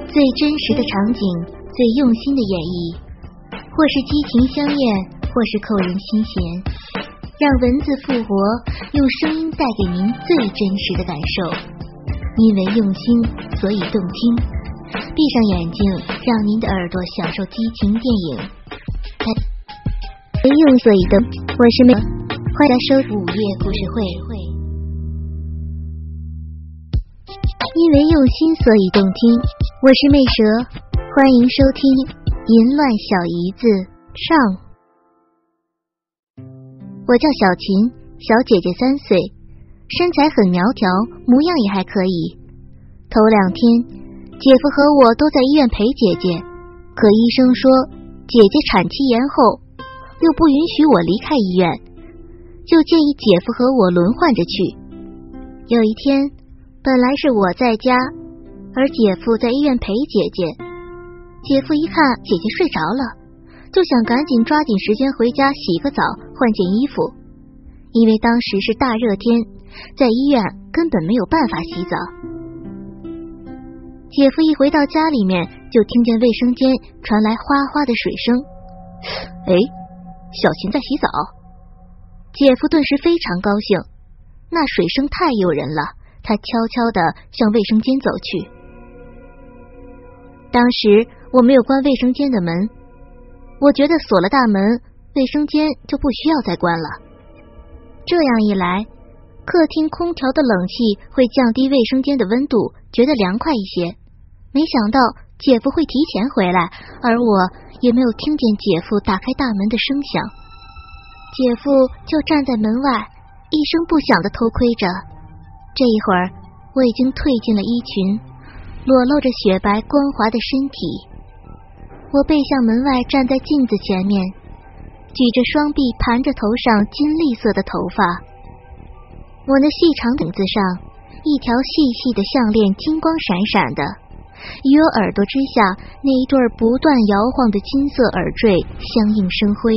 最真实的场景，最用心的演绎，或是激情香艳，或是扣人心弦，让文字复活，用声音带给您最真实的感受。因为用心，所以动听。闭上眼睛，让您的耳朵享受激情电影。用所以动，我是妹，欢迎收听午夜故事会。因为用心，所以动听。我是魅蛇，欢迎收听《淫乱小姨子》上。我叫小琴，小姐姐3岁，身材很苗条，模样也还可以。头2天，姐夫和我都在医院陪姐姐，可医生说姐姐产期延后，又不允许我离开医院，就建议姐夫和我轮换着去。有一天，本来是我在家，而姐夫在医院陪姐姐。姐夫一看姐姐睡着了，就想赶紧抓紧时间回家洗个澡，换件衣服。因为当时是大热天，在医院根本没有办法洗澡。姐夫一回到家里面，就听见卫生间传来哗哗的水声。哎，小琴在洗澡。姐夫顿时非常高兴，那水声太诱人了，他悄悄地向卫生间走去。当时我没有关卫生间的门，我觉得锁了大门，卫生间就不需要再关了。这样一来，客厅空调的冷气会降低卫生间的温度，觉得凉快一些。没想到姐夫会提前回来，而我也没有听见姐夫打开大门的声响。姐夫就站在门外，一声不响地偷窥着。这一会儿，我已经退进了衣裙，裸露着雪白光滑的身体。我背向门外，站在镜子前面，举着双臂盘着头上金栗色的头发。我那细长领子上，一条细细的项链金光闪闪的，与我耳朵之下那一对不断摇晃的金色耳坠相映生辉。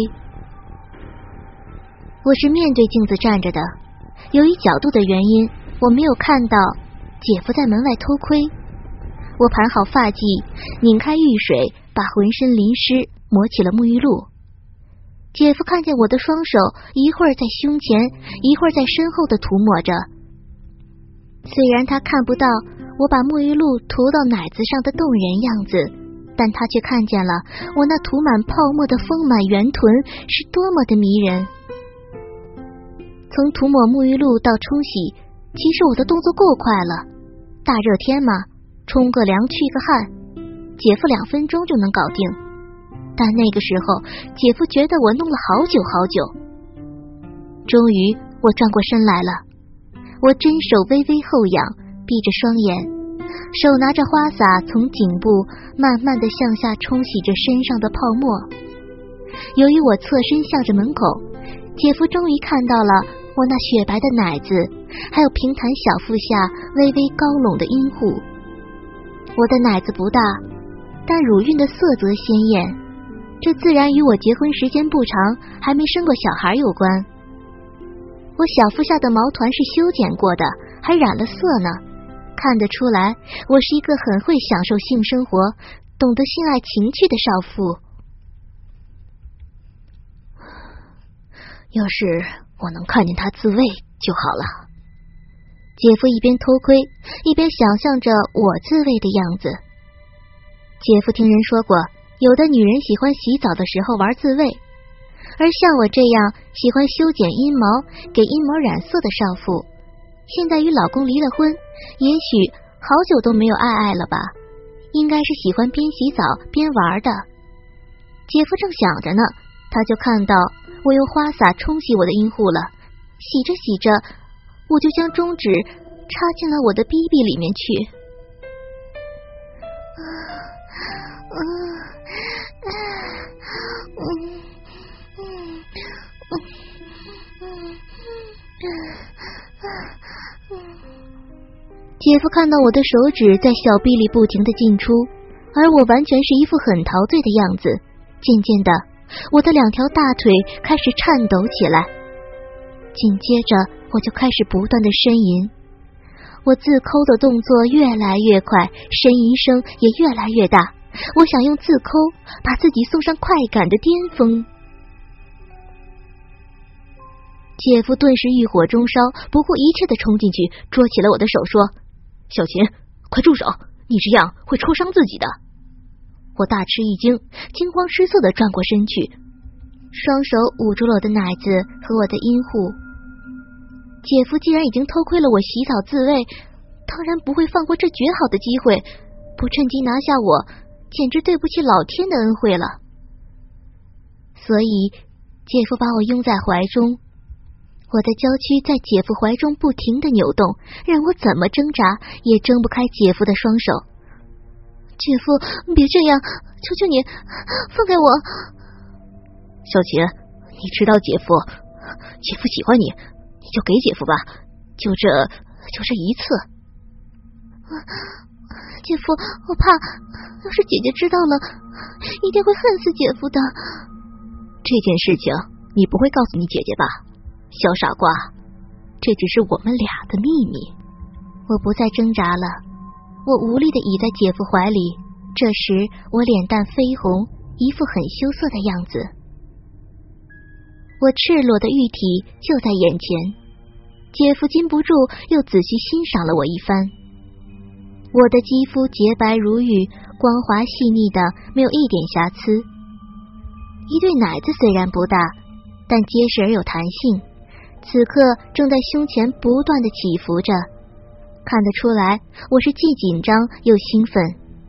我是面对镜子站着的，由于角度的原因，我没有看到姐夫在门外偷窥。我盘好发髻，拧开浴水，把浑身淋湿，抹起了沐浴露。姐夫看见我的双手一会儿在胸前，一会儿在身后的涂抹着。虽然他看不到我把沐浴露涂到奶子上的动人样子，但他却看见了我那涂满泡沫的丰满圆臀是多么的迷人。从涂抹沐浴露到冲洗，其实我的动作够快了。大热天嘛，冲个凉去个汗，姐夫2分钟就能搞定。但那个时候，姐夫觉得我弄了好久好久。终于，我转过身来了。我真手微微后仰，闭着双眼，手拿着花洒从颈部慢慢地向下冲洗着身上的泡沫。由于我侧身向着门口，姐夫终于看到了我那雪白的奶子，还有平坦小腹下微微高拢的阴户。我的奶子不大，但乳晕的色泽鲜艳，这自然与我结婚时间不长，还没生过小孩有关。我小腹下的毛团是修剪过的，还染了色呢，看得出来我是一个很会享受性生活，懂得性爱情趣的少妇。要是我能看见他自慰就好了。姐夫一边偷窥，一边想象着我自慰的样子。姐夫听人说过，有的女人喜欢洗澡的时候玩自慰，而像我这样喜欢修剪阴毛、给阴毛染色的少妇，现在与老公离了婚，也许好久都没有爱了吧，应该是喜欢边洗澡边玩的。姐夫正想着呢，他就看到我用花洒冲洗我的阴户了，洗着洗着，我就将中指插进了我的逼逼里面去。姐夫看到我的手指在小臂里不停地进出，而我完全是一副很陶醉的样子。渐渐的，我的2条大腿开始颤抖起来，紧接着我就开始不断的呻吟。 我自抠的动作越来越快，呻吟声也越来越大。我想用自抠把自己送上快感的巅峰。姐夫顿时欲火中烧，不顾一切的冲进去，捉起了我的手说：“小琴，快住手，你这样会戳伤自己的。”我大吃一惊，惊慌失色的转过身去，双手捂住了我的奶子和我的阴户。姐夫既然已经偷窥了我洗澡自慰，当然不会放过这绝好的机会，不趁机拿下我，简直对不起老天的恩惠了。所以姐夫把我拥在怀中，我的娇躯在姐夫怀中不停地扭动，让我怎么挣扎也挣不开姐夫的双手。姐夫，别这样，求求你，放开我！ 小琴，你知道姐夫喜欢你，你就给姐夫吧，就这一次。 姐夫，我怕要是姐姐知道了，一定会恨死姐夫的。 这件事情你不会告诉你姐姐吧？小傻瓜，这只是我们俩的秘密。 我不再挣扎了，我无力地倚在姐夫怀里。这时我脸蛋绯红，一副很羞涩的样子。我赤裸的玉体就在眼前，姐夫禁不住又仔细欣赏了我一番。我的肌肤洁白如玉，光滑细腻的没有一点瑕疵。一对奶子虽然不大，但结实而有弹性，此刻正在胸前不断的起伏着，看得出来我是既紧张又兴奋。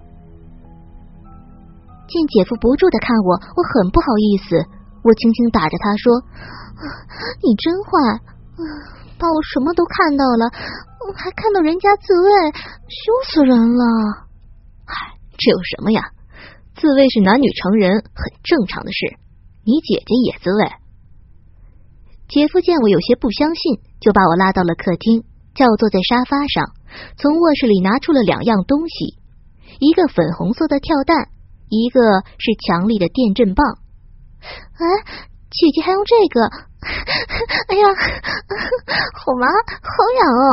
见姐夫不住的看我，我很不好意思，我轻轻打着他说：“你真坏，把我什么都看到了，还看到人家自慰，羞死人了。” 嗨，这有什么呀？自慰是男女成人很正常的事，你姐姐也自慰。 姐夫见我有些不相信，就把我拉到了客厅，叫我坐在沙发上，从卧室里拿出了2样东西，一个粉红色的跳蛋，一个是强力的电震棒。哎，姐姐还用这个？哎呀，好麻，好痒哦！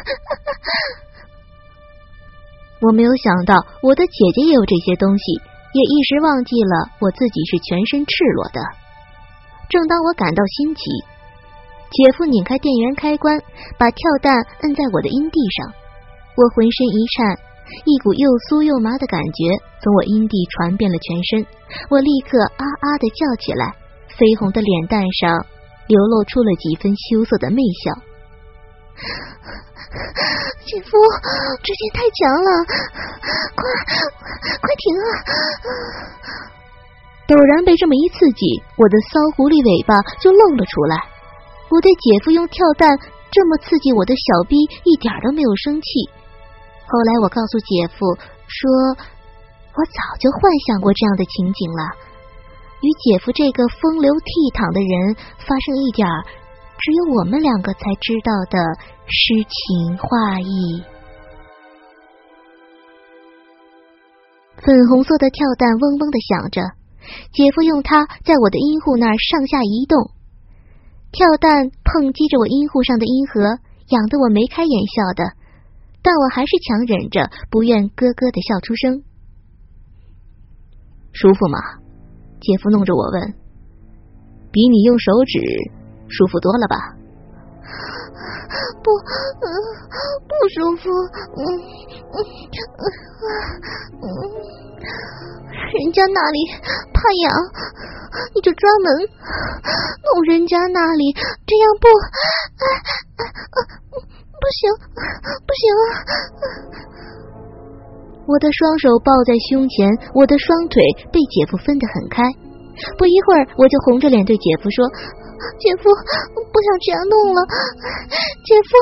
我没有想到我的姐姐也有这些东西，也一时忘记了我自己是全身赤裸的。正当我感到新奇，姐夫拧开电源开关，把跳蛋摁在我的阴蒂上，我浑身一颤，一股又酥又麻的感觉从我阴蒂传遍了全身，我立刻啊啊的叫起来，绯红的脸蛋上流露出了几分羞涩的媚笑。姐夫，这些太强了，快停啊！陡然被这么一刺激，我的骚狐狸尾巴就露了出来。我对姐夫用跳蛋这么刺激我的小逼一点都没有生气。后来我告诉姐夫说，我早就幻想过这样的情景了，与姐夫这个风流倜傥的人发生一点只有我们2个才知道的诗情画意。粉红色的跳蛋嗡嗡的响着，姐夫用它在我的阴户那儿上下移动，跳蛋碰击着我阴户上的阴核，痒得我眉开眼笑的，但我还是强忍着不愿咯咯的笑出声。 舒服吗？姐夫弄着我问。比你用手指舒服多了吧？ 不舒服。人家那里怕痒，你就专门弄人家那里，这样不行啊！我的双手抱在胸前，我的双腿被姐夫分得很开。不一会儿，我就红着脸对姐夫说：“姐夫，不想这样弄了，姐夫。”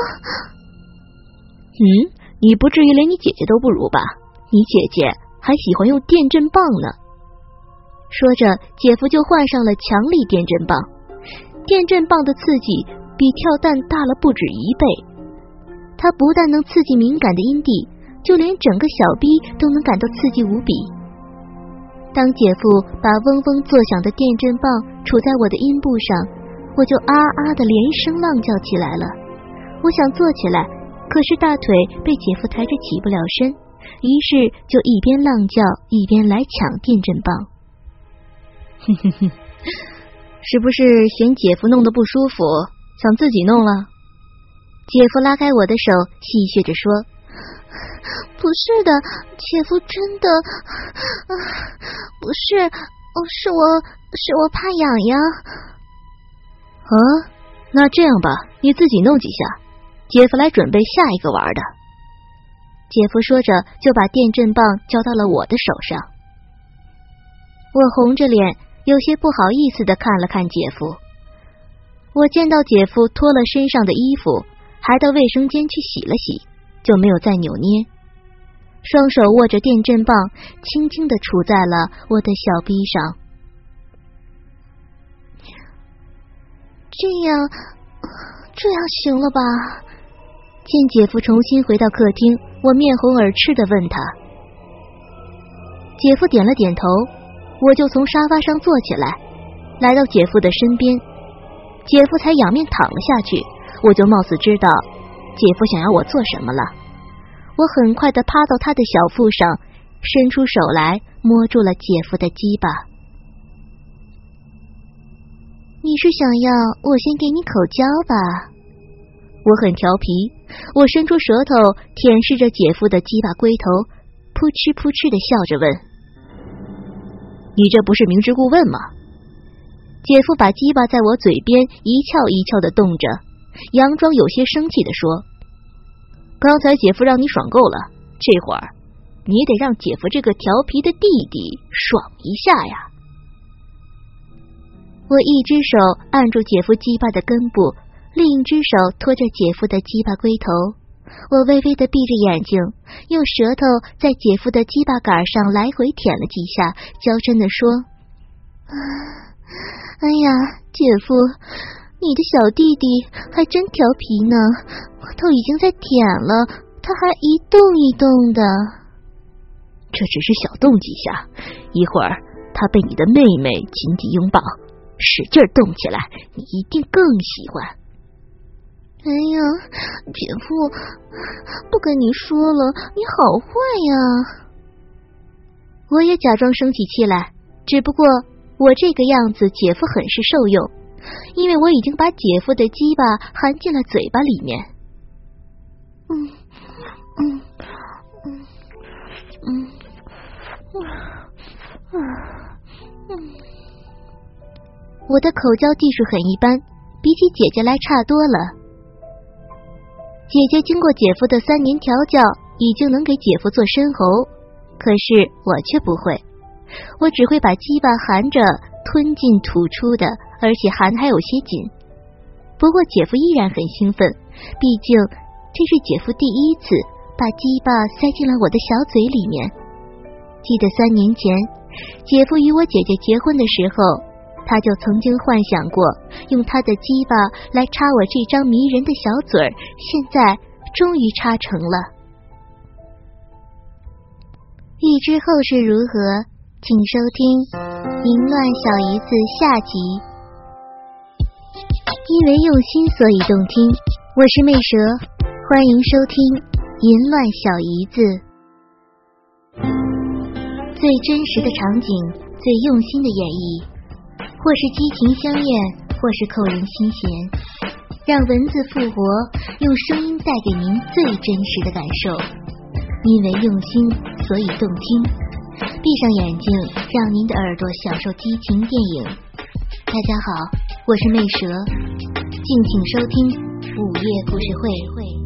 你不至于连你姐姐都不如吧？你姐姐还喜欢用电震棒呢。 说着，姐夫就换上了强力电震棒。电震棒的刺激比跳蛋大了不止1倍，它不但能刺激敏感的阴蒂，就连整个小逼都能感到刺激无比。当姐夫把嗡嗡作响的电震棒杵在我的阴部上，我就啊啊的连声浪叫起来了。我想坐起来， 可是大腿被姐夫抬着起不了身，于是就一边浪叫一边来抢电震棒。 是不是嫌姐夫弄得不舒服，想自己弄了？ 姐夫拉开我的手，戏谑着说：“不是的，姐夫真的，不是，是我怕痒痒。” 那这样吧，你自己弄几下，姐夫来准备下一个玩的。 姐夫说着，就把电震棒交到了我的手上。我红着脸，有些不好意思地看了看姐夫。我见到姐夫脱了身上的衣服，还到卫生间去洗了洗，就没有再扭捏，双手握着电震棒，轻轻地杵在了我的小臂上。这样行了吧？见姐夫重新回到客厅，我面红耳赤地问他。姐夫点了点头，我就从沙发上坐起来，来到姐夫的身边。姐夫才仰面躺了下去，我就貌似知道姐夫想要我做什么了。我很快地趴到他的小腹上，伸出手来摸住了姐夫的鸡巴。你是想要我先给你口交吧？我很调皮，我伸出舌头舔舐着姐夫的鸡巴龟头，扑哧扑哧地笑着问：“ 你这不是明知故问吗？” 姐夫把鸡巴在我嘴边一翘一翘地动着，佯装有些生气地说：“ 刚才姐夫让你爽够了，这会儿你得让姐夫这个调皮的弟弟爽一下呀。” 我一只手按住姐夫鸡巴的根部，另一只手托着姐夫的鸡巴龟头。我微微的闭着眼睛，用舌头在姐夫的鸡巴杆上来回舔了几下，娇嗔地说：“哎呀，姐夫，你的小弟弟还真调皮呢，我都已经在舔了，他还一动一动的。” 这只是小动几下，一会儿他被你的妹妹紧紧拥抱，使劲动起来，你一定更喜欢。 哎呀，姐夫，不跟你说了，你好坏呀！我也假装生起气来，只不过我这个样子，姐夫很是受用，因为我已经把姐夫的鸡巴含进了嘴巴里面。我的口交技术很一般，比起姐姐来差多了。姐姐经过姐夫的3年调教，已经能给姐夫做深喉，可是我却不会，我只会把鸡巴含着吞进吐出的，而且含还有些紧。不过姐夫依然很兴奋，毕竟这是姐夫第一次把鸡巴塞进了我的小嘴里面。记得3年前，姐夫与我姐姐结婚的时候，他就曾经幻想过用他的鸡巴来插我这张迷人的小嘴儿，现在终于插成了。欲知后事如何，请收听《淫乱小姨子》下集。因为用心所以动听，我是魅蛇，欢迎收听《淫乱小姨子》。最真实的场景，最用心的演绎，或是激情香艳，或是扣人心弦，让文字复活，用声音带给您最真实的感受。因为用心，所以动听。闭上眼睛，让您的耳朵享受激情电影。大家好，我是魅蛇，敬请收听午夜故事会。